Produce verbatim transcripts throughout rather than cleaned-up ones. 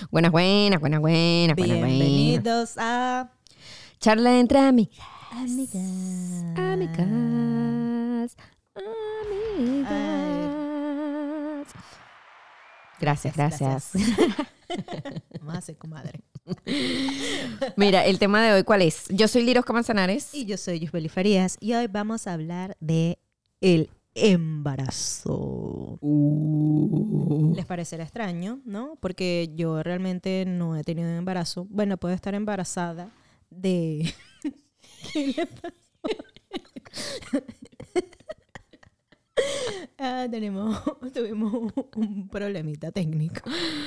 Buenas, buenas, buenas, buenas, buenas, buenas. Bienvenidos a Charla entre amigas. Amigas. Amigas. Amigas. Gracias, gracias. Vamos a hacer comadre. Mira, el tema de hoy, ¿cuál es? Yo soy Lirosca Manzanares. Y yo soy Yusbeli Farías y hoy vamos a hablar de el embarazo. Uh. Les parecerá extraño, ¿no? Porque yo realmente no he tenido un embarazo. Bueno, puedo estar embarazada de... ¿Qué le pasó? ah, tenemos, tuvimos un, un problemita técnico.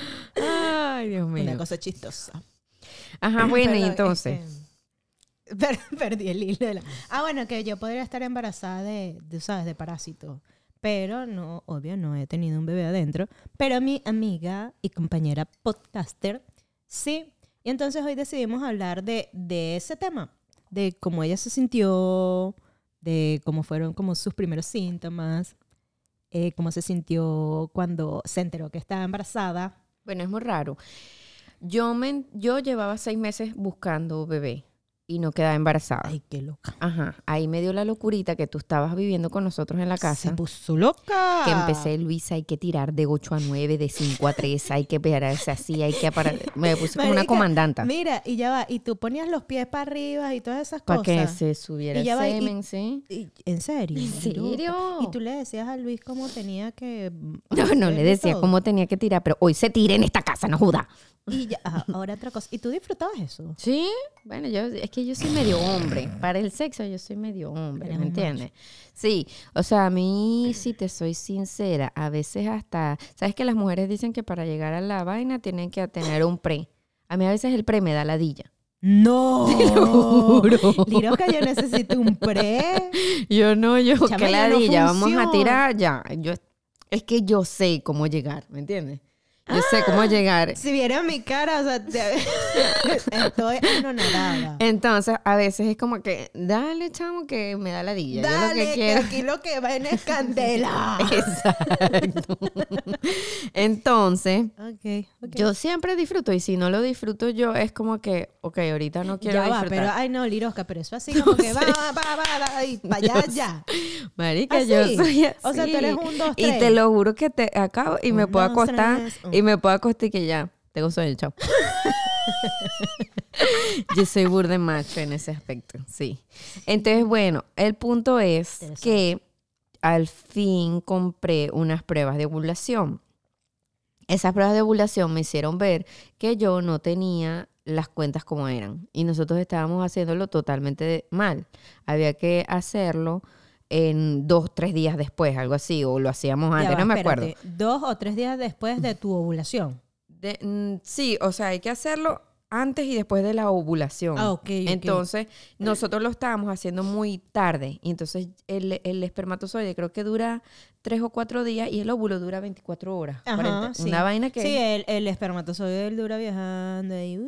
Ay, Dios mío. Una cosa chistosa. Ajá, bueno, y Perdón, entonces... este, per- perdí el hilo. de la- Ah, bueno, que yo podría estar embarazada de, de, ¿sabes? De parásito. Pero no, obvio, no he tenido un bebé adentro. Pero mi amiga y compañera podcaster, sí. Y entonces hoy decidimos hablar de, de ese tema. De cómo ella se sintió, de cómo fueron como sus primeros síntomas, eh, cómo se sintió cuando se enteró que estaba embarazada. Bueno, es muy raro. Yo, me, yo llevaba seis meses buscando bebé y no quedaba embarazada. Ay, qué loca. Ajá, ahí me dio la locurita que tú estabas viviendo con nosotros en la casa. Se puso loca. Que empecé, Luisa, hay que tirar de ocho a nueve, de cinco a tres, hay que pararse así, hay que parar. Me puse como una Marica, comandanta. Mira, y ya va, y tú ponías los pies para arriba y todas esas Para cosas. que se subiera Y ya el va, y- semen, ¿sí? Y- ¿En serio? ¿En serio? Loca. Y tú le decías a Luis cómo tenía que... No, no hacer le de decía todo. cómo tenía que tirar, pero hoy se tira en esta casa, no joda. Y ya, ajá, ahora otra cosa. ¿Y tú disfrutabas eso? Sí, bueno, yo es que yo soy medio hombre. Para el sexo yo soy medio hombre, Eres ¿me un macho. entiendes? Sí, o sea, a mí, si te soy sincera, a veces hasta, ¿sabes que las mujeres dicen que para llegar a la vaina tienen que tener un pre? A mí a veces el pre me da ladilla. ¡No! Te lo juro. Lirosca, yo necesito un pre. Yo no, yo, Chama, qué ya no ladilla, vamos a funciona. tirar ya. Yo, es que yo sé cómo llegar, ¿me entiendes? Yo sé cómo llegar. Si viera mi cara, o sea, te- estoy anonadada. Entonces, a veces es como que, dale, chamo, que me da ladilla. Yo lo Dale, que que, quiero... aquí lo que va en es candela. Exacto. Entonces, Ok, ok. yo siempre disfruto y si no lo disfruto yo es como que, ok, ahorita no quiero ya va, disfrutar. pero ay no, Lirosca, pero eso así como que va, va, va, va, va, y para allá, Yo ya. Marica, ¿Ah, yo sí? soy así. O sea, tú eres un, dos, Y tres. te lo juro que te acabo y me Un, puedo dos, acostar tres, un. y me puedo acostar y que ya, tengo sueño, chao. Yo soy burda de macho en ese aspecto, sí. Entonces, bueno, el punto es Interesante. que al fin compré unas pruebas de ovulación. Esas pruebas de ovulación me hicieron ver que yo no tenía las cuentas como eran y nosotros estábamos haciéndolo totalmente de- mal. Había que hacerlo en dos, tres días después, algo así, o lo hacíamos antes, Ya va, no me espérate, acuerdo. dos o tres días después de tu ovulación. De- mm, sí, o sea, hay que hacerlo antes y después de la ovulación. Ah, ok, ok. Entonces, nosotros lo estábamos haciendo muy tarde. Y entonces, el, el espermatozoide creo que dura tres o cuatro días y el óvulo dura veinticuatro horas. Ajá, cuarenta. sí. Una vaina que... Sí, el, el espermatozoide él dura viajando ahí.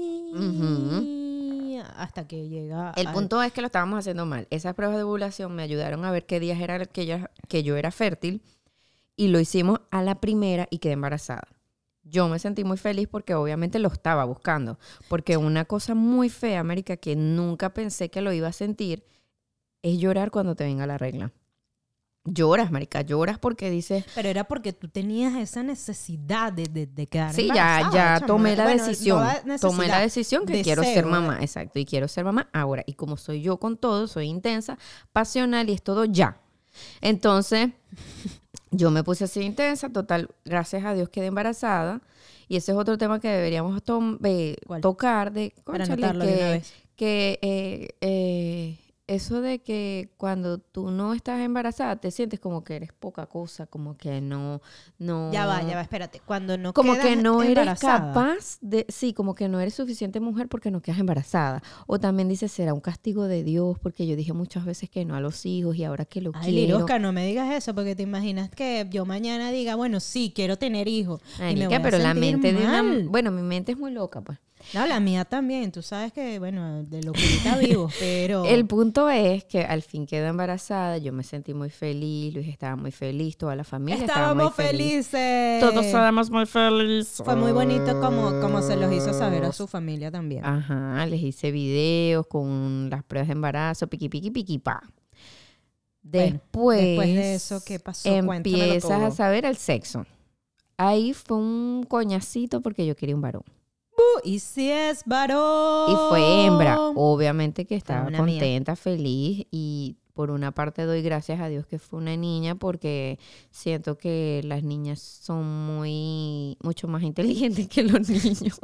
uy, hasta que llega... El al- punto es que lo estábamos haciendo mal. Esas pruebas de ovulación me ayudaron a ver qué días era el que, yo- que yo era fértil y lo hicimos a la primera y quedé embarazada. Yo me sentí muy feliz porque obviamente lo estaba buscando. Porque una cosa muy fea, América, que nunca pensé que lo iba a sentir, es llorar cuando te venga la regla. Lloras, marica, lloras porque dices... Pero era porque tú tenías esa necesidad de, de, de quedar Sí, ya, embarazada, ya chama. tomé la Bueno, decisión. no da necesidad, tomé la decisión que deseo, quiero ser ¿eh? mamá. Exacto, y quiero ser mamá ahora. Y como soy yo con todo, soy intensa, pasional y es todo ya. Entonces, yo me puse así intensa. Total, gracias a Dios quedé embarazada. Y ese es otro tema que deberíamos tom- eh, ¿Cuál? tocar. De, Para cónchale, anotarlo de una que, vez. que eh, eh, eso de que cuando tú no estás embarazada te sientes como que eres poca cosa, como que no... no Ya va, ya va, espérate. Cuando no como quedas que no eres embarazada. capaz de, sí, como que no eres suficiente mujer porque no quedas embarazada. O también dice, será un castigo de Dios porque yo dije muchas veces que no a los hijos y ahora que lo Ay, quiero. Lirosca, no me digas eso porque te imaginas que yo mañana diga, bueno, sí, quiero tener hijos. y me Marica, voy a pero la sentir mente de una... mal. Bueno, mi mente es muy loca, pues. No, la mía también. Tú sabes que, bueno, de locurita vivo, pero... El punto es que al fin quedé embarazada, yo me sentí muy feliz, Luis estaba muy feliz, toda la familia estaba muy Estábamos feliz. felices. Todos estábamos muy felices. Fue muy bonito como, como se los hizo saber a su familia también. Ajá, les hice videos con las pruebas de embarazo, piqui, piqui, piqui, pa. Después, Bueno, después de eso, ¿qué pasó? Cuéntamelo empiezas todo. a saber el sexo. Ahí fue un coñacito porque yo quería un varón. Uh, y si es varón. Y fue hembra. Obviamente que estaba una mía. contenta, feliz. Y por una parte doy gracias a Dios que fue una niña porque siento que las niñas son muy mucho más inteligentes que los niños.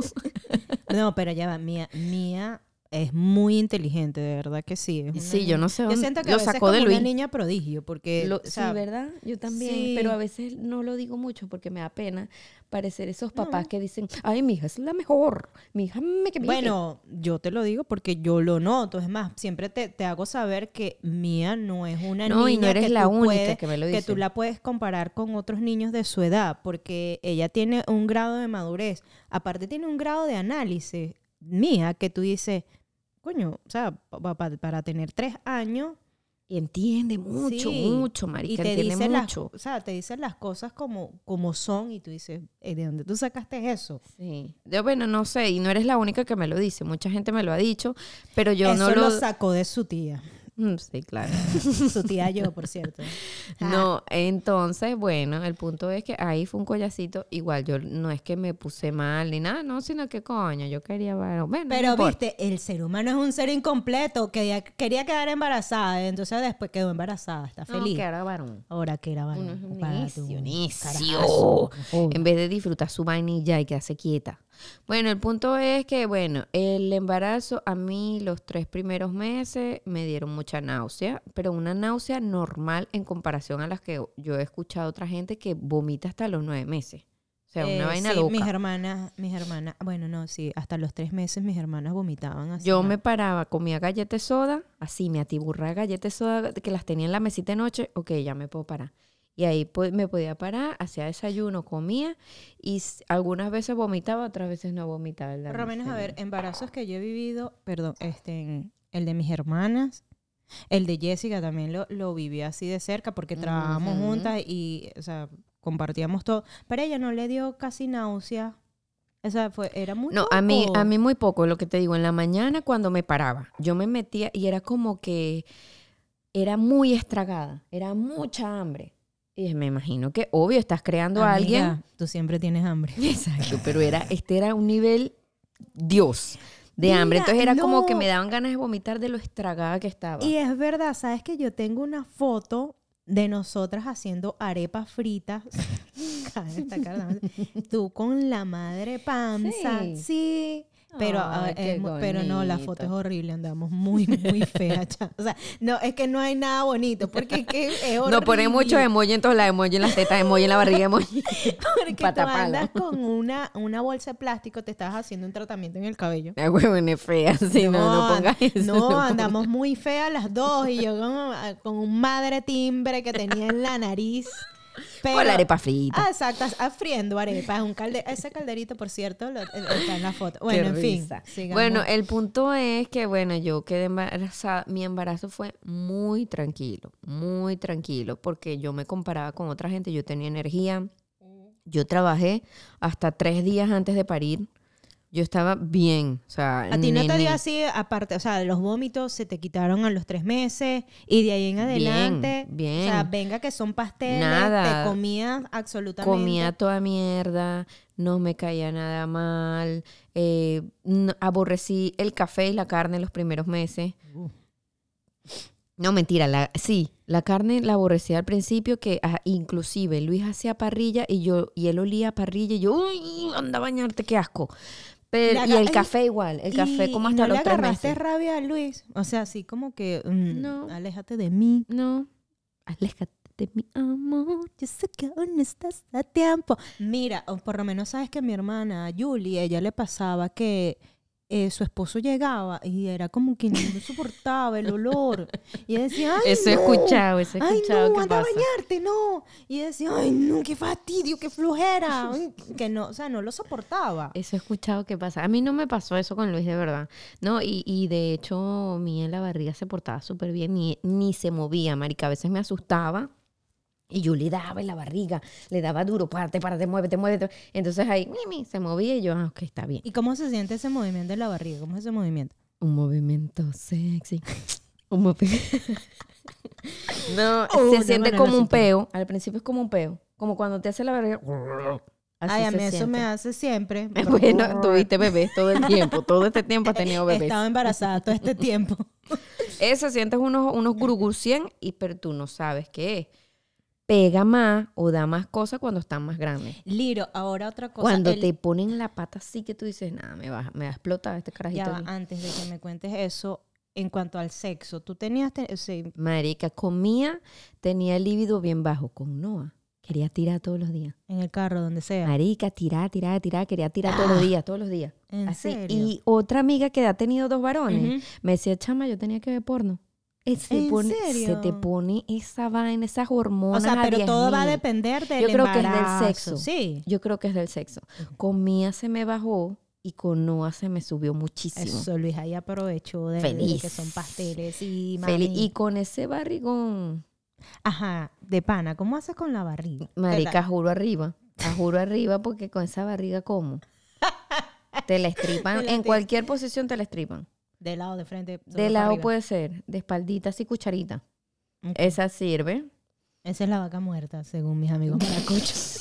No, pero ya va. Mía, Mía es muy inteligente, de verdad que sí. Es una Sí, niña- yo no sé Yo dónde- siento que lo a veces sacó es de como Luis. una niña prodigio, porque... Lo- o sea, sí, ¿verdad? Yo también, sí. pero a veces no lo digo mucho porque me da pena parecer esos papás No. que dicen, ay, mi hija es la mejor, mi hija me que me Bueno, yo te lo digo porque yo lo noto. Es más, siempre te, te hago saber que Mía no es una No, niña y no eres que la tú única puedes- que me lo que dice. tú la puedes comparar con otros niños de su edad, porque ella tiene un grado de madurez. Aparte tiene un grado de análisis, Mía, que tú dices, coño, o sea, pa- pa- para tener tres años... Y entiende mucho, Sí, mucho, y marica, te entiende dicen las, mucho. o sea, te dicen las cosas como, como son y tú dices, "Eh, ¿de dónde tú sacaste eso?" Sí. Yo, bueno, no sé, y no eres la única que me lo dice. Mucha gente me lo ha dicho, pero yo eso no lo lo... sacó de su tía. Mm, sí, claro. Su tía yo, por cierto. Ah, No, entonces, bueno, el punto es que ahí fue un collacito. Igual, yo no es que me puse mal ni nada, no, sino que coño, yo quería, bueno, bueno, no pero importa. viste, el ser humano es un ser incompleto, que ya quería quedar embarazada, entonces después quedó embarazada, está No, feliz. que era varón. Ahora que era Uno varón. es un para necio, tu necio. carajazo, joda. En vez de disfrutar su vainilla y quedarse quieta. Bueno, el punto es que, bueno, el embarazo a mí los tres primeros meses me dieron mucha náusea, pero una náusea normal en comparación a las que yo he escuchado a otra gente que vomita hasta los nueve meses. O sea, una Eh, vaina sí, loca. mis hermanas, mis hermanas, bueno, no, sí, hasta los tres meses mis hermanas vomitaban así. Yo ¿no? me paraba, comía galletas de soda, así me atiburraba galletas de soda que las tenía en la mesita de noche, ok, ya me puedo parar. Y ahí pues, me podía parar, hacía desayuno, comía y s- algunas veces vomitaba, otras veces no vomitaba. el Por lo menos, a ver, el- embarazos que yo he vivido, perdón, este, el de mis hermanas, el de Jessica también lo, lo viví así de cerca porque trabajamos Ujú. juntas y, o sea, compartíamos todo. Pero a ella no le dio casi náusea. O sea, fue, era muy No, poco. a mí, a mí muy poco, lo que te digo, en la mañana cuando me paraba, yo me metía y era como que era muy estragada, era mucha hambre. Y me imagino que, obvio, estás creando a alguien. Amiga, tú siempre tienes hambre. Exacto, pero era, este era un nivel Dios de Mira, hambre. Entonces era como no. que me daban ganas de vomitar de lo estragada que estaba. Y es verdad, ¿sabes que yo tengo una foto de nosotras haciendo arepas fritas? Cabe destacar, tú con la madre panza. Sí. Sí. Pero, Ay, ah, qué es mu- pero no, la bonito. foto es horrible, andamos muy, muy feas. cha- O sea, no, es que no hay nada bonito, porque es, que es horrible. No ponen muchos emojis en todos lados, emoji en las tetas, emoji en la barriga, emoji. Porque tú patapalo. andas con una, una bolsa de plástico, te estás haciendo un tratamiento en el cabello. La huevona es fea, sí, no, no, pongas eso. No, pongas- andamos muy feas las dos y yo con, con un madre timbre que tenía en la nariz. Pero, Con la arepa frita. Ah, exacto, afriendo arepas. Un calde, ese calderito, por cierto, lo- está en la foto. Qué Bueno, en fin. risa. sigamos. Bueno, el punto es que, bueno, yo quedé embarazada. Mi embarazo fue muy tranquilo, muy tranquilo, porque yo me comparaba con otra gente, yo tenía energía. Yo trabajé hasta tres días antes de parir. Yo estaba bien, o sea... A ti no te ni- dio ni- así, aparte, o sea, los vómitos se te quitaron a los tres meses y de ahí en adelante, bien. o sea, venga que son pasteles, Nada. te comías absolutamente. Comía toda mierda, no me caía nada mal, eh, no- aborrecí el café y la carne los primeros meses. Uh. No, mentira, la, sí, la carne la aborrecía al principio, que ah, inclusive Luis hacía parrilla y yo y él olía a parrilla y yo, uy, anda a bañarte, qué asco. Pero, Le y aga- el y- café igual, el café Y- como y hasta no los le tres agarraste meses. rabia a Luis, o sea, así como que, mm, No. aléjate de mí. No, aléjate de mi amor. Yo sé que aún no estás a tiempo. Mira, o por lo menos sabes que mi hermana, Julie, ella le pasaba que eh, su esposo llegaba y era como que no soportaba el olor. Y ella decía, ay, Eso he no, escuchado, eso he ay, escuchado no, que anda a pasa. bañarte, no. Y ella decía, ay, no, qué fastidio, qué flojera. Ay, que no, o sea, no lo soportaba. Eso he escuchado que pasa. A mí no me pasó eso con Luis, de verdad. No, y, y de hecho, mi en la barriga se portaba súper bien, ni, ni se movía, marica. A veces me asustaba y yo le daba en la barriga, le daba duro, párate, párate, muévete, muévete. Entonces ahí, mimi, se movía y yo, ah, ok, está bien. ¿Y cómo se siente ese movimiento en la barriga? ¿Cómo es ese movimiento? Un movimiento sexy. Un movimiento... No, Oh, se una siente mano en como la un cintura. peo. Al principio es como un peo. Como cuando te hace la barriga. Así Ay, a se mí eso siente. me hace siempre. Bueno, tuviste bebés todo el tiempo. Todo este tiempo has tenido He bebés. estado embarazada todo este tiempo. Eso, sientes unos, unos gurugurcien, y pero tú no sabes qué es. Pega más o da más cosas cuando están más grandes. Liro, ahora otra cosa. Cuando el- te ponen la pata así que tú dices, nada, me va, me va a explotar este carajito. Ya va, aquí". antes de que me cuentes eso, en cuanto al sexo, tú tenías... te- sí, Marica, comía, tenía el líbido bien bajo con Noah. Quería tirar todos los días. en el carro, donde sea. Marica, tirar, tirar, tirar, quería tirar todos los días, todos los días. ¿En Así. serio? Y otra amiga que ha tenido dos varones, Ujú. me decía, chama, yo tenía que ver porno. Eh, Se, ¿En pone, serio? se te pone esa vaina, esas O hormonas. sea, a pero diez todo va a mil. depender del Yo creo que es del embarazo. sexo. Sí. Yo creo que es del sexo. Con Mía se me bajó y con Noah se me subió muchísimo. Eso, Luis ahí aprovechó de, de Feliz. que son pasteles y mami. Feliz. Y con ese barrigón, Ajá, de pana, ¿cómo haces con la barriga? marica, juro arriba. A juro arriba porque con esa barriga, ¿cómo? Te la estripan. Te la En estri- cualquier posición te la estripan. De lado, de frente. solo De para lado arriba. puede ser, de espaldita, así cucharita. Ok. Esa sirve. Esa es la vaca muerta, según mis amigos maracuchos.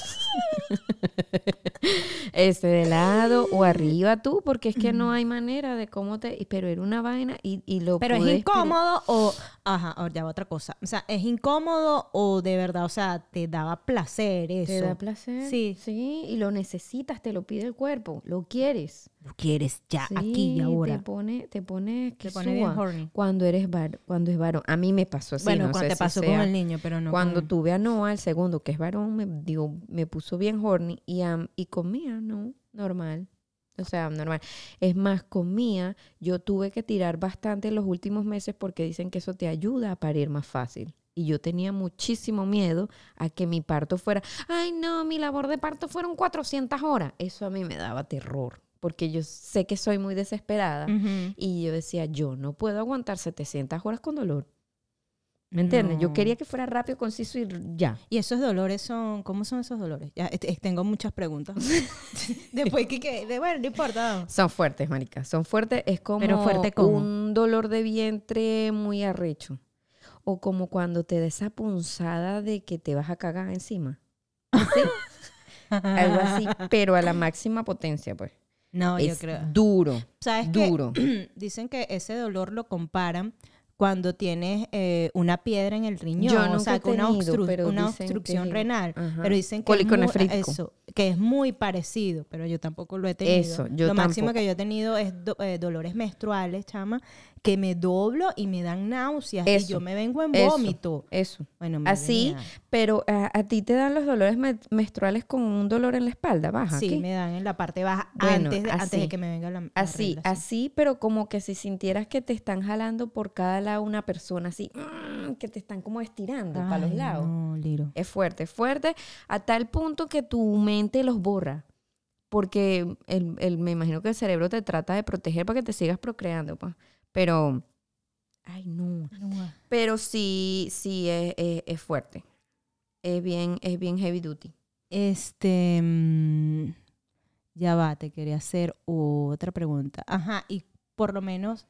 Este de lado o arriba tú, porque es que no hay manera de cómo te... Pero era una vaina y, y lo Pero es pude incómodo o... Ajá, ahora ya va otra cosa. O sea, ¿es incómodo o de verdad, o sea, te daba placer eso? ¿Te da placer? Sí. Sí, y lo necesitas, te lo pide el cuerpo, lo quieres. Lo quieres ya, Sí, aquí y ahora. Te pone, te pone, Te pone bien horny. cuando eres var, cuando es varón. A mí me pasó así. Bueno, no cuando sé te si pasó sea- con el niño, pero no Cuando con... tuve a Noah, el segundo, que es varón, me, digo, me puso bien horny y, am- y con Mía, no, normal. O sea, normal. Es más, con Mía, yo tuve que tirar bastante en los últimos meses porque dicen que eso te ayuda a parir más fácil. Y yo tenía muchísimo miedo a que mi parto fuera, ay no, mi labor de parto fueron cuatrocientas horas. Eso a mí me daba terror, porque yo sé que soy muy desesperada. Ujú. Y yo decía, yo no puedo aguantar setecientas horas con dolor. ¿Me entiendes? Yo No. quería que fuera rápido, conciso y ya. Y esos dolores son... ¿Cómo son esos dolores? Ya, este, tengo muchas preguntas. Después que... que de, bueno, no importa. Son fuertes, marica. Son fuertes. Es como Pero fuerte, ¿cómo? un dolor de vientre muy arrecho. O como cuando te da esa punzada de que te vas a cagar encima. ¿Sí? Algo así, pero a la máxima potencia, pues. No, yo es creo... duro, ¿Sabes qué? duro. Dicen que ese dolor lo comparan cuando tienes eh, una piedra en el riñón, Yo o nunca sea, he con una, tenido, obstru- pero una dicen obstrucción que- renal. Ajá. Pero dicen que es, Cólico muy, nefrítico. eso, que es muy parecido, pero yo tampoco lo he tenido. Eso, yo lo máximo tampoco. que yo he tenido es do- eh, dolores menstruales, chama, que me doblo y me dan náuseas y Eso, yo me vengo en eso. vómito. Eso. Bueno, me Así, venía- pero a, a ti te dan los dolores me- menstruales con un dolor en la espalda baja. Sí, ¿qué? me dan en la parte baja Bueno, antes, de, antes de así. que me venga la, la Así, regla, sí. así, pero como que si sintieras que te están jalando por cada lado una persona, así, mm, que te están como estirando para los Ay, lados. no, Liro. Es fuerte, es fuerte, a tal punto que tu mente los borra. Porque el, el- me imagino que el cerebro te trata de proteger para que te sigas procreando, pues. Pero, ay, no. No. Pero sí, sí es, es- es fuerte. Es bien, es bien heavy duty. Este, mm, ya va, te quería hacer otra pregunta. Ajá, y por lo menos,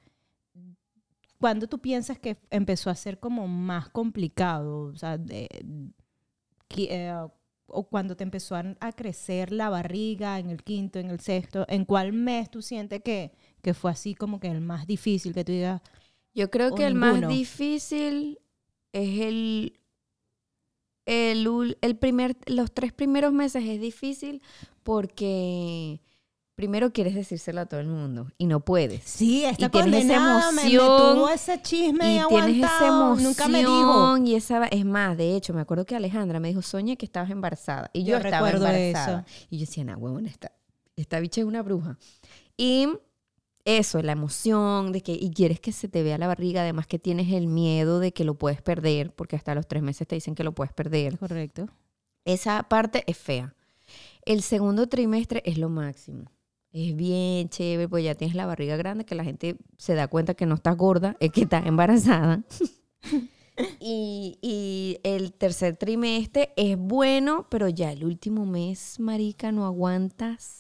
¿cuándo tú piensas que empezó a ser como más complicado? O sea, de, que, eh, o cuando te empezó a, a crecer la barriga en el quinto, en el sexto, ¿en cuál mes tú sientes que, que fue así como que el más difícil que tú digas? Yo creo O que el ninguno. más difícil es el, el, ul- el primer, los tres primeros meses es difícil porque primero quieres decírselo a todo el mundo y no puedes. Sí, esta Y tienes esa condenada me- me, emoción, tuvo ese chisme Y tienes esa aguantado, emoción nunca me dijo. y esa es más, de hecho, me acuerdo que Alejandra me dijo, soñé que estabas embarazada y yo, Yo estaba recuerdo embarazada. eso. Y yo decía, nah, huevona, esta, esta bicha es una bruja. Y eso, la emoción de que, y quieres que se te vea la barriga, además que tienes el miedo de que lo puedes perder, porque hasta los tres meses te dicen que lo puedes perder. Correcto. Esa parte es fea. El segundo trimestre es lo máximo. Es bien chévere, pues ya tienes la barriga grande, que la gente se da cuenta que no estás gorda, es que estás embarazada. y, y el tercer trimestre es bueno, pero ya el último mes, marica, no aguantas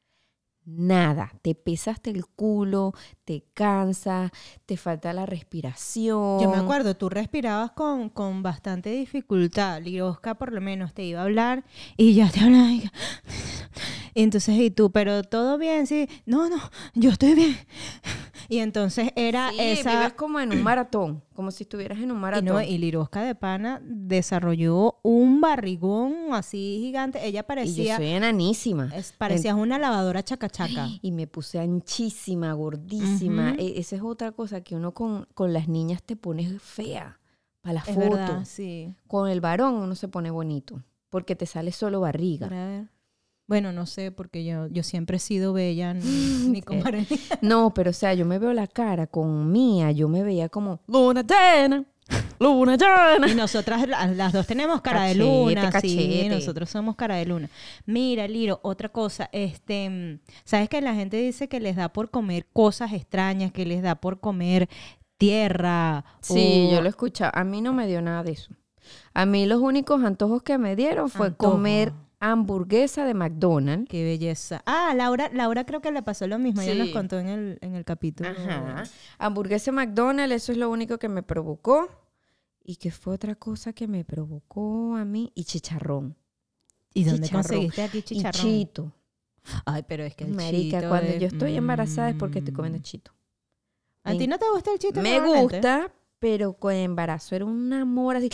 nada. Te pesa hasta el culo, te cansa, te falta la respiración. Yo me acuerdo, tú respirabas con, con bastante dificultad. Lirosca por lo menos te iba a hablar y ya te hablaba. Y entonces, ¿y tú? ¿Pero todo bien? Sí. No, no, yo estoy bien. Y entonces era sí, esa... vives como en un maratón, como si estuvieras en un maratón. Y, no, y Lirosca de pana desarrolló un barrigón así gigante. Ella parecía... Y yo soy enanísima. Es, parecías en... una lavadora chacachaca. Y me puse anchísima, gordísima. Uh-huh. E- esa es otra cosa, que uno con, con las niñas te pone fea para la es foto. Verdad, sí. Con el varón uno se pone bonito, porque te sale solo barriga. Para ver. Bueno, no sé, porque yo, yo siempre he sido bella, ni, ni con Marenita. No, pero o sea, yo me veo la cara con Mía, yo me veía como luna llena, luna llena. Y nosotras, las dos tenemos cara cachete, de luna, cachete. Sí, nosotros somos cara de luna. Mira, Liro, otra cosa, este, ¿sabes que la gente dice que les da por comer cosas extrañas, que les da por comer tierra? Sí, o... yo lo he escuchado. A mí no me dio nada de eso. A mí los únicos antojos que me dieron fue Antojo. comer hamburguesa de McDonald's. Qué belleza. Ah, Laura, Laura creo que le pasó lo mismo. Sí. Ella nos contó en el, en el capítulo. Ajá. Hamburguesa de McDonald's, eso es lo único que me provocó. ¿Y qué fue otra cosa que me provocó a mí? Y chicharrón. ¿Y dónde chicharrón. conseguiste aquí chicharrón? Y chito. Ay, pero es que el Marica, chito cuando es... yo estoy embarazada es porque estoy Mm. comiendo chito. ¿A ti no te gusta el chito? Me normalmente? gusta, pero con embarazo era un amor así.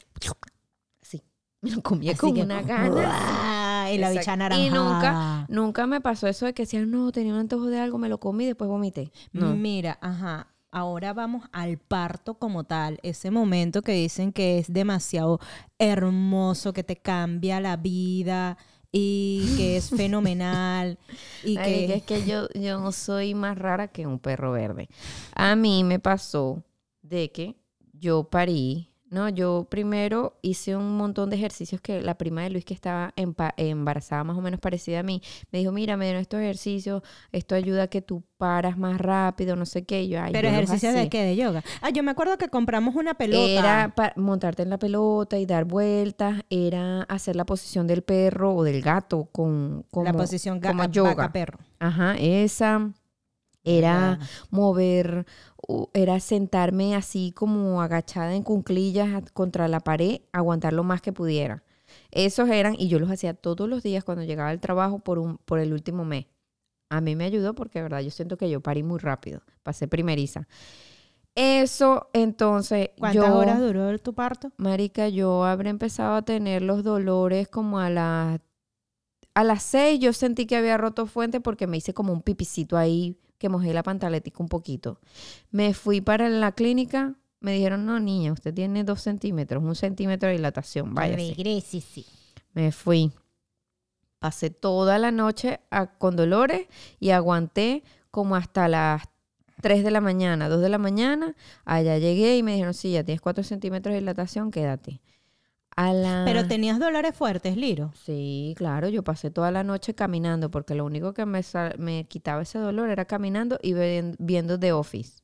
Así. Me lo comía Así con que- una gana. Y la Exacto. bicha naranja. Y nunca, nunca me pasó eso de que decían, no, tenía un antojo de algo, me lo comí y después vomité. No. Mira, ajá. Ahora vamos al parto como tal. Ese momento que dicen que es demasiado hermoso, que te cambia la vida y que es fenomenal. y Marica, que... es que yo, yo no soy más rara que un perro verde. A mí me pasó de que yo parí, ¿no? Yo primero hice un montón de ejercicios que la prima de Luis, que estaba empa- embarazada más o menos parecida a mí, me dijo, mira, me dieron estos ejercicios, esto ayuda a que tú paras más rápido, no sé qué. Y yo, ay, Pero yo los ejercicios de hacía. qué, de yoga. Ah, yo me acuerdo que compramos una pelota. Era para montarte en la pelota y dar vueltas, era hacer la posición del perro o del gato con como, la posición ga- como vaca yoga. perro. Ajá, esa. Era Ya. mover, u- era sentarme así como agachada en cuclillas a- contra la pared, aguantar lo más que pudiera. Esos eran, y yo los hacía todos los días cuando llegaba al trabajo por, un, por el último mes. A mí me ayudó porque, de verdad, yo siento que yo parí muy rápido. Pasé primeriza. Eso, entonces, ¿Cuántas yo... horas duró tu parto? Marica, yo habré empezado a tener los dolores como a las... A las seis yo sentí que había roto fuente porque me hice como un pipicito ahí, que mojé la pantaletica un poquito. Me fui para la clínica, me dijeron, no, niña, usted tiene dos centímetros, un centímetro de dilatación, váyase. Regrese, sí. Me fui. Pasé toda la noche a- con dolores y aguanté como hasta las tres de la mañana, dos de la mañana. Allá llegué y me dijeron, sí, ya tienes cuatro centímetros de dilatación, quédate. A la... Pero tenías dolores fuertes, Liro. Sí, claro, yo pasé toda la noche caminando porque lo único que me, sa- me quitaba ese dolor era caminando y ven- viendo The Office.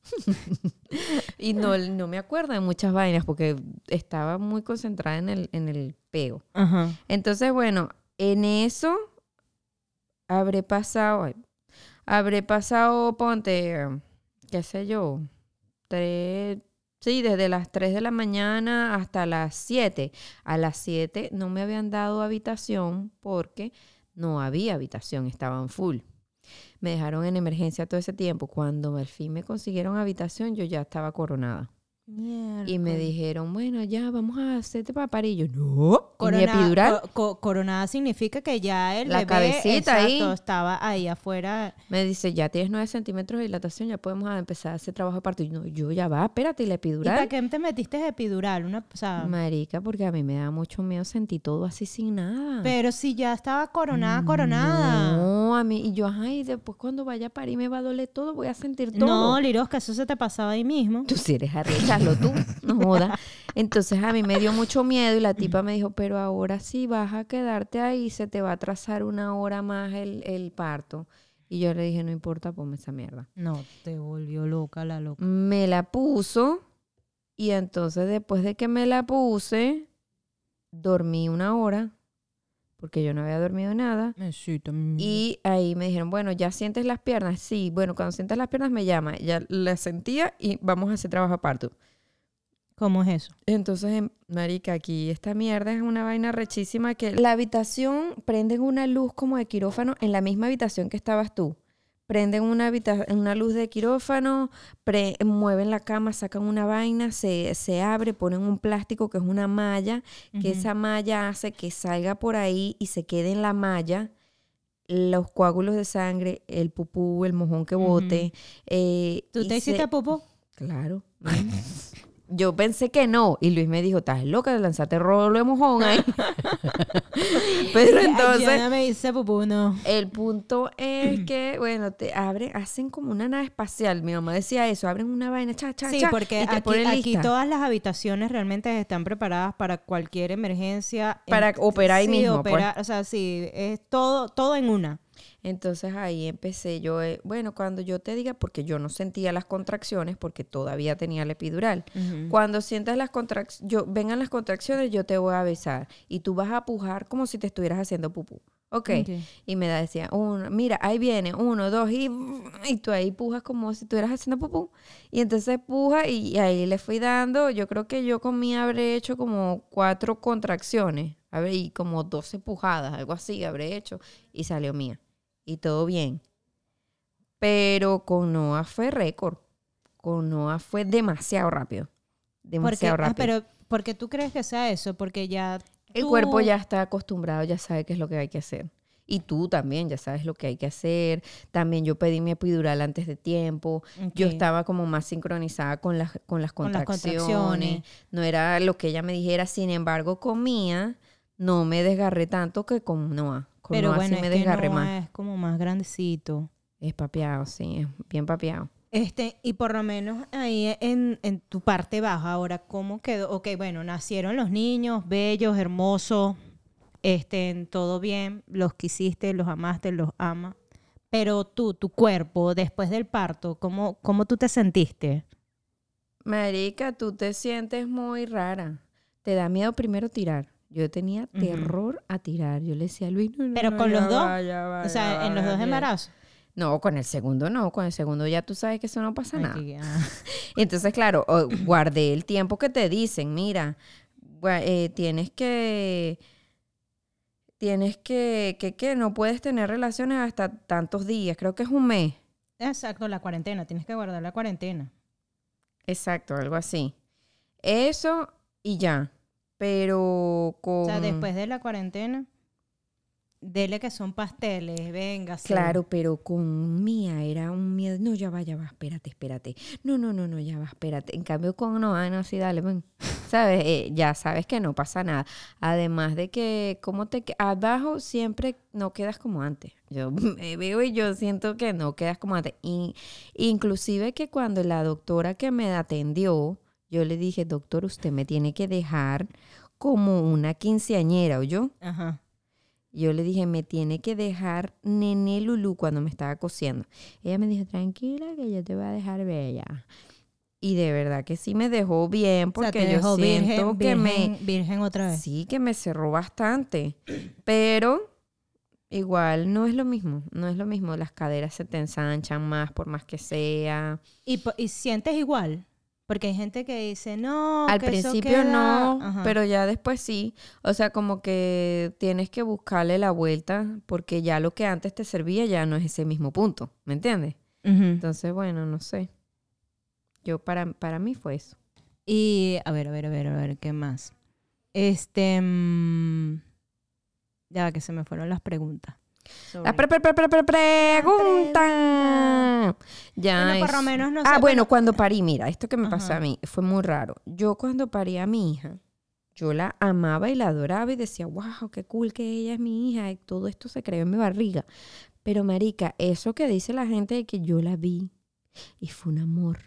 Y no, no me acuerdo de muchas vainas porque estaba muy concentrada en el, en el peo. Ajá. Entonces, bueno, en eso habré pasado, ay, habré pasado, ponte, qué sé yo, tres, sí, desde las tres de la mañana hasta las siete. A las siete no me habían dado habitación porque no había habitación, estaban full. Me dejaron en emergencia todo ese tiempo. Cuando al fin me consiguieron habitación, yo ya estaba coronada. Y me dijeron, bueno, ya vamos a hacerte para parir. Y yo, no, Corona- ni epidural. co- co- coronada significa que ya el La bebé cabecita ahí. exacto, estaba ahí afuera. Me dice, ya tienes nueve centímetros de dilatación, ya podemos a empezar a hacer trabajo de parto. Y no, yo ya va, espérate, ¿y la ¿Y para epidural? qué te metiste epidural? Una, o sea, Marica, porque a mí me da mucho miedo sentir todo así sin nada. pero si ya estaba coronada, coronada. No, no, a mí, y yo, ay, después cuando vaya a parir me va a doler todo, voy a sentir todo. No, Lirosca, eso se te pasaba ahí mismo. Tú si eres arrecharlo tú, no jodas. Entonces a mí me dio mucho miedo y la tipa me dijo, pero ahora sí vas a quedarte ahí, se te va a atrasar una hora más el, el parto. Y yo le dije, no importa, ponme esa mierda. No, te volvió loca la loca. Me la puso y entonces después de que me la puse, dormí una hora, porque yo no había dormido nada. Eh, sí, también. Y ahí me dijeron, bueno, ¿ya sientes las piernas? Sí, bueno, cuando sientas las piernas me llama. Ya las sentía y vamos a hacer trabajo de parto. ¿Cómo es eso? Entonces, em, marica, aquí esta mierda es una vaina rechísima que la habitación prenden una luz como de quirófano en la misma habitación que estabas tú. Prenden una, habita- una luz de quirófano, pre- mueven la cama, sacan una vaina, se, se abre, ponen un plástico que es una malla, que Ujú. esa malla hace que salga por ahí y se quede en la malla los coágulos de sangre, el pupú, el mojón que bote. eh, ¿Tú y te se- hiciste popó? Claro. Yo pensé que no. Y Luis me dijo, estás loca, lanzate rolo de mojón ahí. Pero entonces, Yo no me hice popó, no. el punto es que, bueno, te abren, hacen como una nave espacial. Mi mamá decía eso, abren una vaina, cha, cha, Sí, cha, porque y te aquí, ponen aquí lista todas las habitaciones realmente están preparadas para cualquier emergencia. para En- operar ahí sí, mismo. operar, Pues. o sea, sí, es todo, todo en una. Entonces ahí empecé yo, eh, bueno, cuando yo te diga, porque yo no sentía las contracciones, porque todavía tenía la epidural. Ujú. Cuando sientas las contracciones, yo, vengan las contracciones, yo te voy a avisar. Y tú vas a pujar como si te estuvieras haciendo pupú. Ok. Ok. Y me da- decía, uno, mira, ahí viene, uno, dos, y, y tú ahí pujas como si estuvieras haciendo pupú. Y entonces puja y, y ahí le fui dando, yo creo que yo con mí habré hecho como cuatro contracciones, a ver, y como doce pujadas, algo así habré hecho, y salió mía. Y todo bien. Pero con Noah fue récord. Con Noah fue demasiado rápido. Porque, Demasiado ah, rápido. pero, ¿por qué tú crees que sea eso? Porque ya El tú- cuerpo ya está acostumbrado, ya sabe qué es lo que hay que hacer. Y tú también ya sabes lo que hay que hacer. También yo pedí mi epidural antes de tiempo. Yo Ok. estaba como más sincronizada con las, con las Con las contracciones. contracciones. No era lo que ella me dijera. Sin embargo, comía, no me desgarré tanto que con Noah. Con Pero Noah bueno, sí me es que desgarré Noah más. es como más grandecito. Es papeado, sí, es bien papeado. Este, y por lo menos ahí en, en tu parte baja, ahora, ¿cómo quedó? Ok, bueno, nacieron los niños, bellos, hermosos, este, todo bien, los quisiste, los amaste, los amas. Pero tú, tu cuerpo, después del parto, ¿cómo, cómo tú te sentiste? Marica, tú te sientes muy rara. Te da miedo primero tirar. Yo tenía Ujú. terror a tirar. Yo le decía a Luis, no, no, Pero no, con ya los dos, va, ya va, o ya sea, va, en me los da dos miedo. embarazos. No, con el segundo no. Con el segundo ya tú sabes que eso no pasa Ay, nada. que- ah. Entonces, claro, o- guardé el tiempo que te dicen. Mira, gua- eh, tienes que... Tienes que, que, que no puedes tener relaciones hasta tantos días. Creo que es un mes. Exacto, la cuarentena, tienes que guardar la cuarentena. Exacto, algo así. Eso y ya. Pero con... O sea, después de la cuarentena, dele que son pasteles, venga. Claro, pero con Mía era un miedo. No, ya va, ya va, espérate, espérate. No, no, no, no, ya va, espérate. En cambio con Noah, no, sí, dale, ven. ¿Sabes? Eh, ya sabes que no pasa nada. Además de que, como te que- abajo siempre no quedas como antes. Yo me veo y yo siento que no quedas como antes. Y, inclusive que cuando la doctora que me atendió, yo le dije, doctor, usted me tiene que dejar como una quinceañera, ¿o yo? Ajá. Yo le dije, me tiene que dejar Nené Lulú cuando me estaba cosiendo. Ella me dijo, tranquila, que yo te voy a dejar bella. Y de verdad que sí me dejó bien, O sea, porque te yo dejó siento virgen, que virgen, me... virgen otra vez. Sí, que me cerró bastante. Pero igual no es lo mismo. No es lo mismo. Las caderas se te ensanchan más por más que sea. ¿Y, po- y sientes igual? Porque hay gente que dice, no, Al que eso principio queda- no, Ajá. pero ya después sí. O sea, como que tienes que buscarle la vuelta porque ya lo que antes te servía ya no es ese mismo punto. ¿Me entiendes? Ujú. Entonces, bueno, no sé. Yo para, para mí fue eso. Y, a ver, a ver, a ver, a ver, ¿qué más? Este... mm, ya va, que se me fueron las preguntas. La pre- pre- pre- pre- pre- pregunta. Ya Bueno, por es- lo menos no sé, Ah, bueno, bueno. cuando parí, mira, esto que me pasó Ajá. a mí fue muy raro. Yo cuando parí a mi hija, yo la amaba y la adoraba y decía, wow, qué cool que ella es mi hija y todo esto se creó en mi barriga. Pero marica, eso que dice la gente de que yo la vi y fue un amor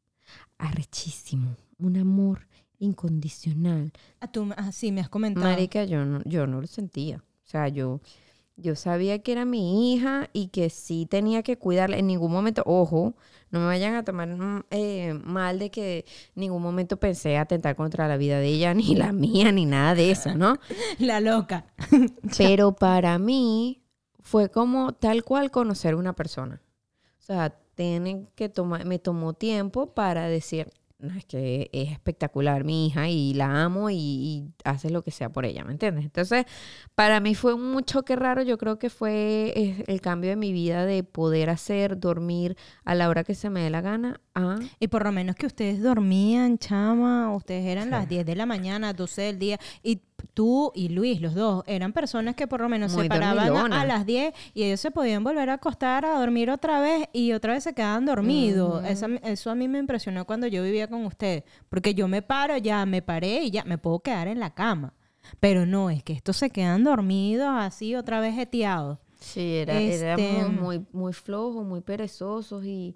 arrechísimo, un amor incondicional. Ah, tú, ah, sí, me has comentado. Marica, yo no, yo no lo sentía. O sea, yo, yo sabía que era mi hija y que sí tenía que cuidarla. En ningún momento, ojo, no me vayan a tomar eh, mal de que en ningún momento pensé atentar contra la vida de ella, ni la mía, ni nada de eso, ¿no? La loca. Pero para mí fue como tal cual conocer una persona. O sea, tienen que tomar, me tomó tiempo para decir, no, es que es espectacular mi hija y la amo y, y hace lo que sea por ella, ¿me entiendes? Entonces, para mí fue un choque raro. Yo creo que fue eh, el cambio de mi vida de poder hacer, dormir a la hora que se me dé la gana. A... Y por lo menos que ustedes dormían, chama, ustedes eran Sí. las diez de la mañana, doce del día, y tú y Luis, los dos, eran personas que por lo menos Muy se paraban dormilonas. a, a las diez y ellos se podían volver a acostar a dormir otra vez y otra vez se quedaban dormidos. Ujú. Esa- eso a mí me impresionó cuando yo vivía con ustedes, porque yo me paro, ya me paré y ya me puedo quedar en la cama. Pero no, es que estos se quedan dormidos así otra vez jeteados. Sí, era, Este- éramos muy, muy flojos, muy perezosos y,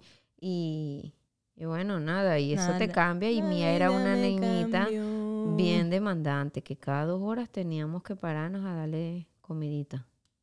y, y bueno, nada, y eso te Nada. cambia. Y La Mía era vida una me niñita cambió. bien demandante, que cada dos horas teníamos que pararnos a darle comidita.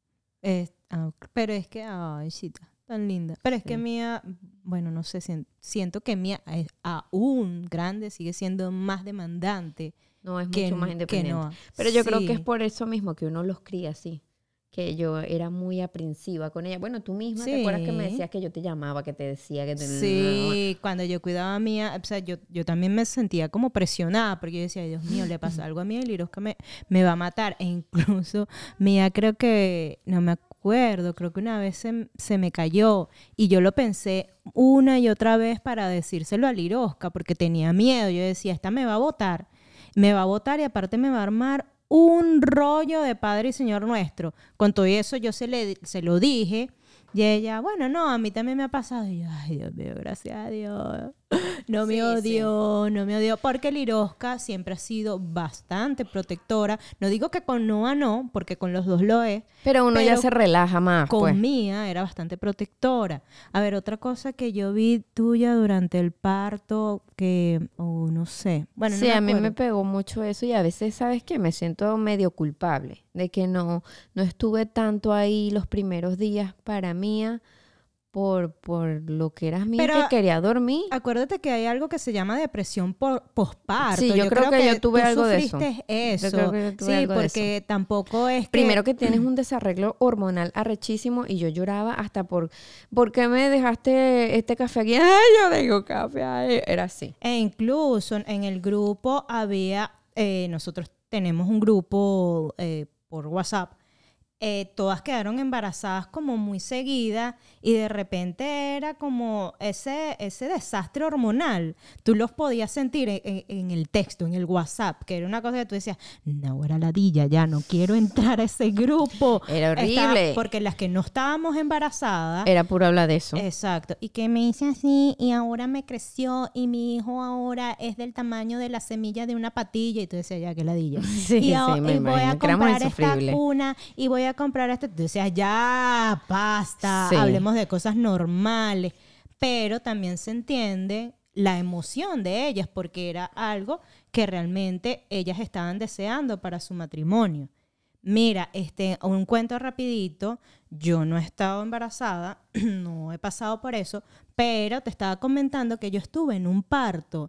Es- ah, pero es que, ay, chita, tan linda. Pero es Sí. que Mía, bueno, no sé, sien- siento que Mía es aún grande, sigue siendo más demandante No, es que, mucho más que independiente. Noah. Pero yo creo que Sí. es por eso mismo que uno los cría así. Que yo era muy aprensiva con ella. Bueno, tú misma, ¿te acuerdas que me Sí. decías que yo te llamaba, que te decía que te... Sí, cuando yo cuidaba a Mía, o sea, yo, yo también me sentía como presionada, porque yo decía, "Ay, Dios mío, le pasa algo a Mía y Lirosca me, me va a matar". E incluso Mía creo que, no me acuerdo, creo que una vez se, se me cayó y yo lo pensé una y otra vez para decírselo a Lirosca, porque tenía miedo. Yo decía, esta me va a botar, me va a botar y aparte me va a armar un rollo de Padre y Señor Nuestro. Con todo eso yo se, le, se lo dije y ella, bueno, no, a mí también me ha pasado. Y yo, ay, Dios mío, gracias a Dios. No me Sí, odió, no me odió. Porque Lirosca siempre ha sido bastante protectora. No digo que con Noah no, porque con los dos lo es. Pero uno ya Pero se relaja más, Con pues. Mía era bastante protectora. A ver, otra cosa que yo vi tuya durante el parto, que, oh, no sé. Bueno, no Sí, me a mí me acuerdo. pegó mucho eso y a veces, ¿sabes qué? Me siento medio culpable de que no, no estuve tanto ahí los primeros días para Mía por, por lo que eras Mía, Pero que quería dormir. acuérdate que hay algo que se llama depresión por posparto. Sí, yo creo que yo tuve tú algo de eso. sufriste eso. Yo creo que yo tuve Sí, algo de porque tampoco es que... Primero que tienes un desarreglo hormonal arrechísimo y yo lloraba hasta por, ¿por qué me dejaste este café aquí? Ay, yo digo café, ay. Era así. E incluso en el grupo había... eh, nosotros tenemos un grupo eh, por WhatsApp. Eh, todas quedaron embarazadas como muy seguidas y de repente era como ese, ese desastre hormonal. Tú los podías sentir en, en- en el texto, en el WhatsApp, que era una cosa que tú decías, no, era ladilla, ya no quiero entrar a ese grupo. Era Estaba- horrible. porque las que no estábamos embarazadas, Era puro hablar de eso. exacto, y que me hice así y ahora me creció y mi hijo ahora es del tamaño de la semilla de una patilla y tú decías, ya, que ladilla. Sí, y, sí, a- me y voy imagino a que éramos comprar esta insufribles. cuna y voy a comprar este. Tú decías, ya, basta, Sí. hablemos de cosas normales. Pero también se entiende la emoción de ellas porque era algo que realmente ellas estaban deseando para su matrimonio. Mira, este, un cuento rapidito. Yo no he estado embarazada, no he pasado por eso, pero te estaba comentando que yo estuve en un parto.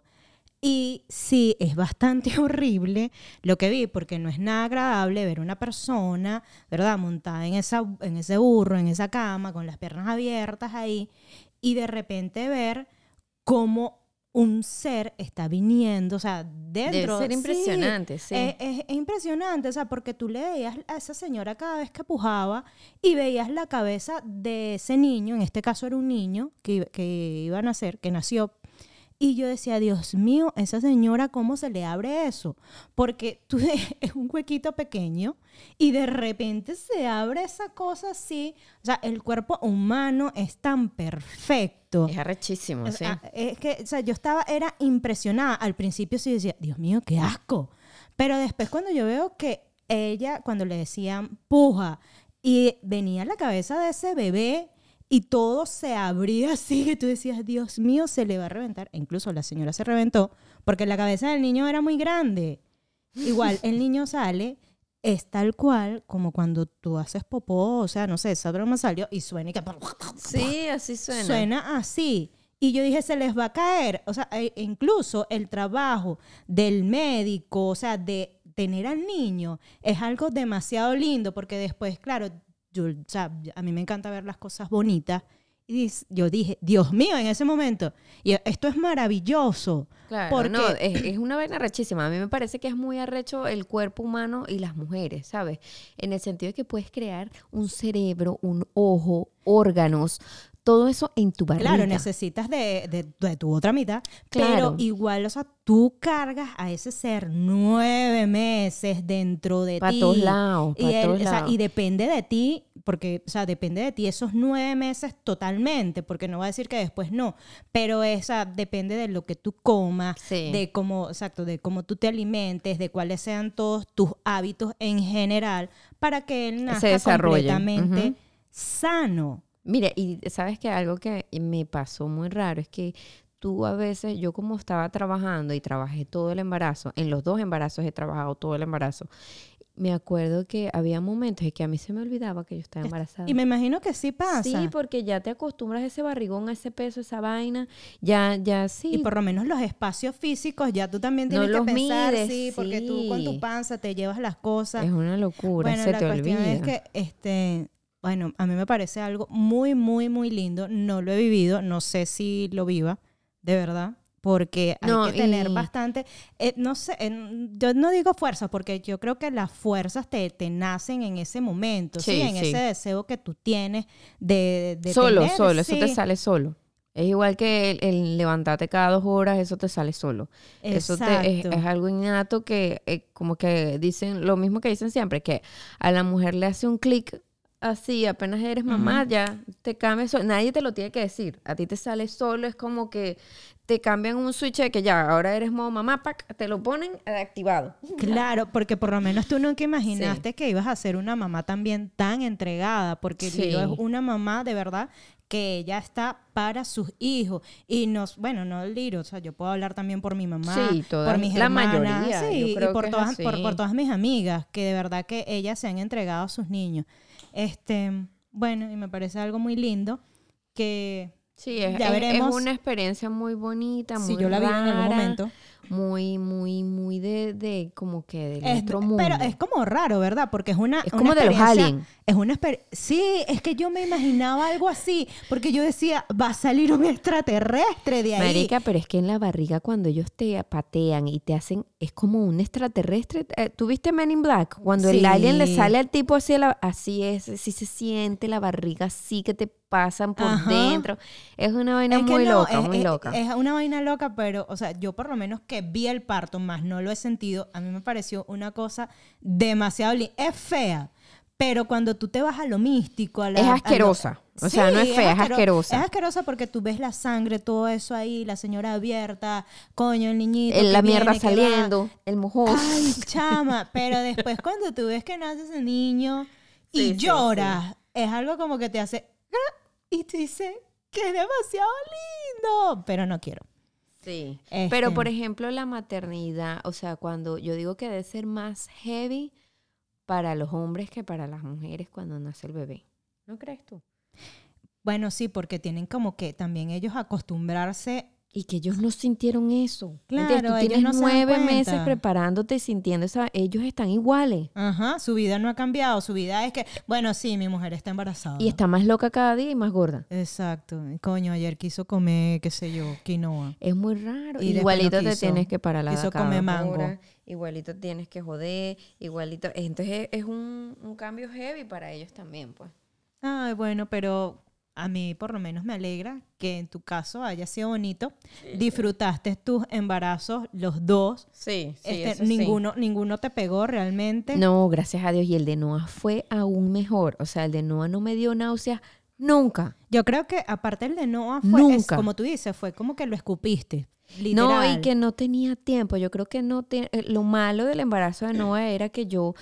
Y sí, es bastante horrible lo que vi, porque no es nada agradable ver una persona, ¿verdad?, montada en, esa, en ese burro, en esa cama, con las piernas abiertas ahí, y de repente ver cómo un ser está viniendo, o sea, dentro. Debe ser sí, impresionante, sí. Es, es- es impresionante, o sea, porque tú le veías a esa señora cada vez que pujaba y veías la cabeza de ese niño, en este caso era un niño que, que iba a nacer, que nació. Y yo decía, Dios mío, esa señora, ¿cómo se le abre eso? Porque tú es un huequito pequeño y de repente se abre esa cosa así. O sea, el cuerpo humano es tan perfecto. Es arrechísimo, Es, sí. ah, es que, o sea, yo estaba, era impresionada. Al principio sí decía, Dios mío, qué asco. Pero después cuando yo veo que ella, cuando le decían puja, Y venía la cabeza de ese bebé y todo se abría así, que tú decías, Dios mío, se le va a reventar. E incluso la señora se reventó porque la cabeza del niño era muy grande. Igual, el niño sale, es tal cual como cuando tú haces popó, o sea, no sé, esa broma salió y suena y que... Sí, así suena. Suena así. Y yo dije, se les va a caer. O sea, e incluso el trabajo del médico, o sea, de tener al niño, es algo demasiado lindo porque después, claro, yo, o sea, a mí me encanta ver las cosas bonitas. Y yo dije, Dios mío, en ese momento, y esto es maravilloso. Claro, porque... no, es, es una vaina arrechísima. A mí me parece que es muy arrecho el cuerpo humano y las mujeres, ¿sabes? En el sentido de que puedes crear un cerebro, un ojo, órganos, todo eso en tu barriga. Claro, necesitas de, de, de tu otra mitad, Claro. pero igual, o sea, tú cargas a ese ser nueve meses dentro de Pa' ti. todos lados, pa' y él, todos o sea, lados. y depende de ti, porque, o sea, depende de ti esos nueve meses totalmente, porque no va a decir que después no, pero esa depende de lo que tú comas, Sí. de cómo, exacto, de cómo tú te alimentes, de cuáles sean todos tus hábitos en general, para que él nazca desarrolle. completamente Ujú. sano. Mira, y sabes que algo que me pasó muy raro es que tú a veces, yo como estaba trabajando y trabajé todo el embarazo, en los dos embarazos he trabajado todo el embarazo, me acuerdo que había momentos en que a mí se me olvidaba que yo estaba embarazada. Y me imagino que sí pasa. Sí, porque ya te acostumbras a ese barrigón, a ese peso, esa vaina, ya, ya sí. Y por lo menos los espacios físicos, ya tú también tienes No que los pensar, mides, sí, porque tú con tu sí. panza te llevas las cosas. Es una locura, Bueno, se la te cuestión olvida. es que, este, bueno, a mí me parece algo muy, muy, muy lindo. No lo he vivido, no sé si lo viva, de verdad, porque hay No, que tener y- bastante, eh, no sé, eh, yo no digo fuerza, porque yo creo que las fuerzas te, te nacen en ese momento, ¿sí? Sí, En sí. ese deseo que tú tienes de, de Solo, tener, solo, eso te sí. sale solo. Es igual que el, el levantarte cada dos horas, eso te sale solo. Eso te, es, Exacto. es algo innato que, eh, como que dicen, lo mismo que dicen siempre, que a la mujer le hace un clic así, apenas eres mamá, Ujú. ya te cambia solo. Nadie te lo tiene que decir. A ti te sale solo, es como que te cambian un switch de que ya, ahora eres modo mamá, pac, te lo ponen eh, activado. Claro, porque por lo menos tú nunca imaginaste que ibas a ser una mamá también tan entregada, porque Sí. Liro es una mamá de verdad que ella está para sus hijos. Y nos, bueno, no Liro, o sea, yo puedo hablar también por mi mamá, Sí, todas- por mis la hermanas, mayoría, yo sí, y creo por que es todas, así. por, por todas mis amigas, que de verdad que ellas se han entregado a sus niños. Este, bueno, y me parece algo muy lindo que Sí, es, ya es- veremos es una experiencia muy bonita, si muy yo la vivo en algún rara, momento. muy, muy, muy de, de como que del Es- otro mundo. pero es como raro, ¿verdad? Porque es una Es una como de los experiencia- aliens. Es una exper- Sí, es que yo me imaginaba algo así, porque yo decía, va a salir un extraterrestre de ahí. Marica, pero es que en la barriga cuando ellos te patean y te hacen, es como un extraterrestre. Eh, ¿Tú viste Men in Black? Cuando el Sí. alien le sale al tipo así, a la- así es, así se siente la barriga, así que te pasan por Ajá. dentro. Es una vaina Es que muy no, loca, es, muy es- loca. es una vaina loca, pero, o sea, yo por lo menos que vi el parto, más no lo he sentido, a mí me pareció una cosa demasiado linda. Es fea, pero cuando tú te vas a lo místico, a la, Es a lo- asquerosa. O sea, no es fea, es asquero- asquerosa. Es asquerosa porque tú ves la sangre, todo eso ahí, la señora abierta, coño, el niñito. El- la que mierda viene, que va. saliendo, el mojón. Ay, chama, pero después cuando tú ves que nace ese niño y Sí, sí, lloras, es algo como que te hace y te dice que es demasiado lindo, pero no quiero. Sí. Este- Pero, por ejemplo, la maternidad, o sea, cuando yo digo que debe ser más heavy para los hombres que para las mujeres cuando nace el bebé. ¿No crees tú? Bueno, sí, porque tienen como que también ellos acostumbrarse. Y que ellos no sintieron eso. Claro, ¿Entiendes? Tú ellos tienes no se dan nueve meses cuenta. preparándote y sintiendo esa... Ellos están iguales. Ajá, su vida no ha cambiado. Su vida es que, bueno, sí, mi mujer está embarazada. Y está más loca cada día y más gorda. Exacto. Coño, ayer quiso comer, qué sé yo, quinoa. Es muy raro. Y después Igualito no te quiso. tienes que parar la Quiso cada comer dos mango. horas, igualito tienes que joder, igualito... Entonces es, es un, un cambio heavy para ellos también, pues. Ay, bueno, pero a mí por lo menos me alegra que en tu caso haya sido bonito. Disfrutaste tus embarazos los dos. Sí, sí, Este, eso sí. ninguno, ninguno te pegó realmente. No, gracias a Dios. Y el de Noah fue aún mejor. O sea, el de Noah no me dio náuseas nunca. Yo creo que aparte el de Noah fue, es, Nunca. como tú dices, fue como que lo escupiste. Literal. No, y que no tenía tiempo. Yo creo que no te- eh, lo malo del embarazo de Noah era que yo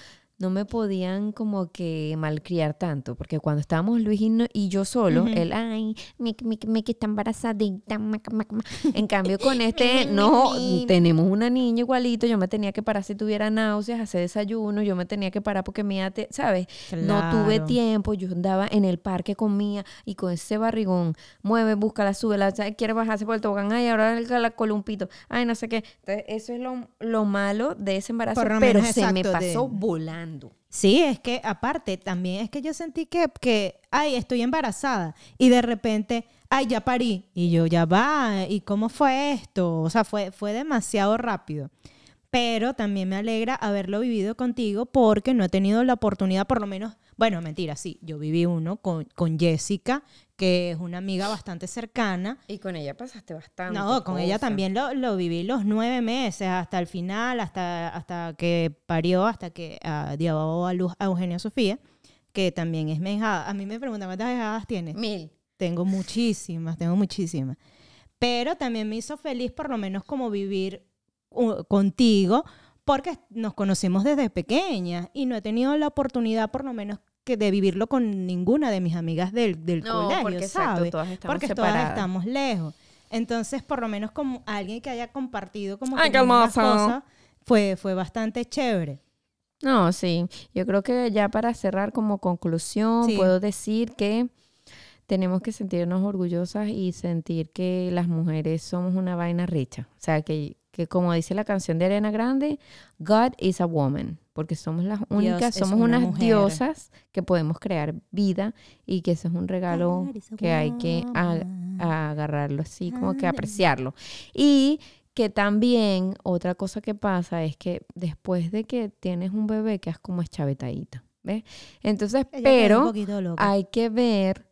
no me podían como que malcriar tanto, porque cuando estábamos Luis y, no- y yo solo, Ujú. él, ay, me, me, me que está embarazadita, ma, ma, ma". En cambio con este, no, tenemos una niña igualito, yo me tenía que parar si tuviera náuseas, hacer desayuno, yo me tenía que parar porque Mía, te, ¿sabes? No tuve Claro. tiempo, yo andaba en el parque con Mía y con ese barrigón, mueve, búscala, súbela, ¿sabes? Quiere bajarse por el tobogán, ay, ahora el, la columpito, ay, no sé qué. Entonces, eso es lo, lo malo de ese embarazo, Por lo pero menos, se me exacto, de- pasó volando. Sí, es que aparte también es que yo sentí que, que, ay, estoy embarazada y de repente, ay, ya parí y yo ya va, ¿y cómo fue esto? O sea, fue, fue demasiado rápido. Pero también me alegra haberlo vivido contigo porque no he tenido la oportunidad, por lo menos, bueno, mentira, sí, yo viví uno con, con Jessica, que es una amiga bastante cercana. Y con ella pasaste bastante. No, con ella también lo, lo viví los nueve meses, hasta el final, hasta, hasta que parió, hasta que ah, dio a luz a Eugenia Sofía, que también es mi hijada. A mí me preguntan, ¿cuántas hijadas tienes? Mil. Tengo muchísimas, tengo muchísimas. Pero también me hizo feliz por lo menos como vivir uh, contigo, porque nos conocemos desde pequeñas y no he tenido la oportunidad por lo menos que de vivirlo con ninguna de mis amigas del, del No, colegio, porque exacto, ¿sabes? todas estamos Porque separadas. todas estamos lejos. Entonces, por lo menos como alguien que haya compartido como Ay, que qué mismas hermoso. cosas, fue, fue bastante chévere. No, sí. Yo creo que ya para cerrar como conclusión, Sí. puedo decir que tenemos que sentirnos orgullosas y sentir que las mujeres somos una vaina rica. O sea, que, que como dice la canción de Ariana Grande, God is a woman. Porque somos las únicas, es somos una unas mujer. diosas que podemos crear vida y que eso es un regalo God is a que hay que a- woman. a agarrarlo así, como que apreciarlo. Y que también otra cosa que pasa es que después de que tienes un bebé quedas como eschavetadita, ¿ves? Entonces, Ella quedó un pero poquito loca. hay que ver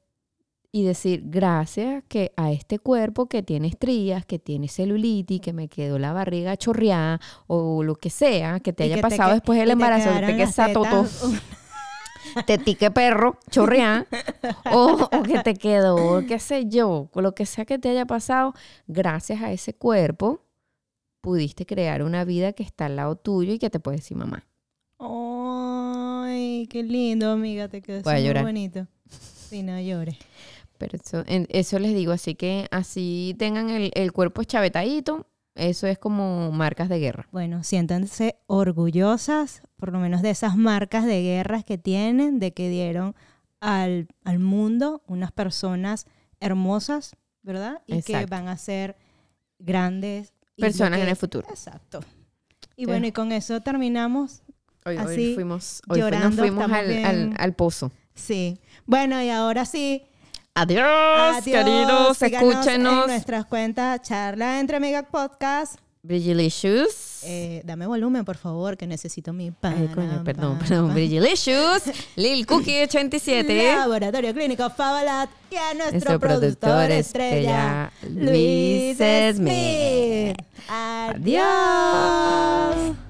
y decir gracias que a este cuerpo que tiene estrías, que tiene celulitis, que me quedó la barriga chorreada o lo que sea, que te Y haya que te pasado que- después y del te embarazo, que quedaran te las quesa toto, tetas- te tique perro, chorreada, o, o que te quedó, qué sé yo, lo que sea que te haya pasado, gracias a ese cuerpo pudiste crear una vida que está al lado tuyo y que te puede decir mamá. Ay, qué lindo, amiga, te quedó Voy a muy llorar. bonito. Sí, no llores. Pero eso, en- eso les digo, así que así tengan el, el cuerpo eschavetadito, eso es como marcas de guerra. Bueno, siéntanse orgullosas, por lo menos de esas marcas de guerras que tienen, de que dieron al, al mundo unas personas hermosas, ¿verdad? Y que Exacto. van a ser grandes. y lo Personas que- en el futuro. Exacto. Y Sí. bueno, y con eso terminamos. Hoy, hoy Así, fuimos, hoy fue- llorando, nos fuimos estamos al, bien. al, al pozo. Sí. Bueno, y ahora sí. Adiós, Adiós, queridos, síganos escúchenos. en nuestras cuentas Charla Entre Amigas Podcast. Brigilicious. Eh, dame volumen, por favor, que necesito mi pan. Ay, coño, perdón, pan, perdón. pan. Brigilicious. Lil Cookie ochenta y siete. Laboratorio Clínico Favalat y a nuestro, Nuestro productor, productor estrella, estrella, Luis Luis Smith. Smith. Adiós.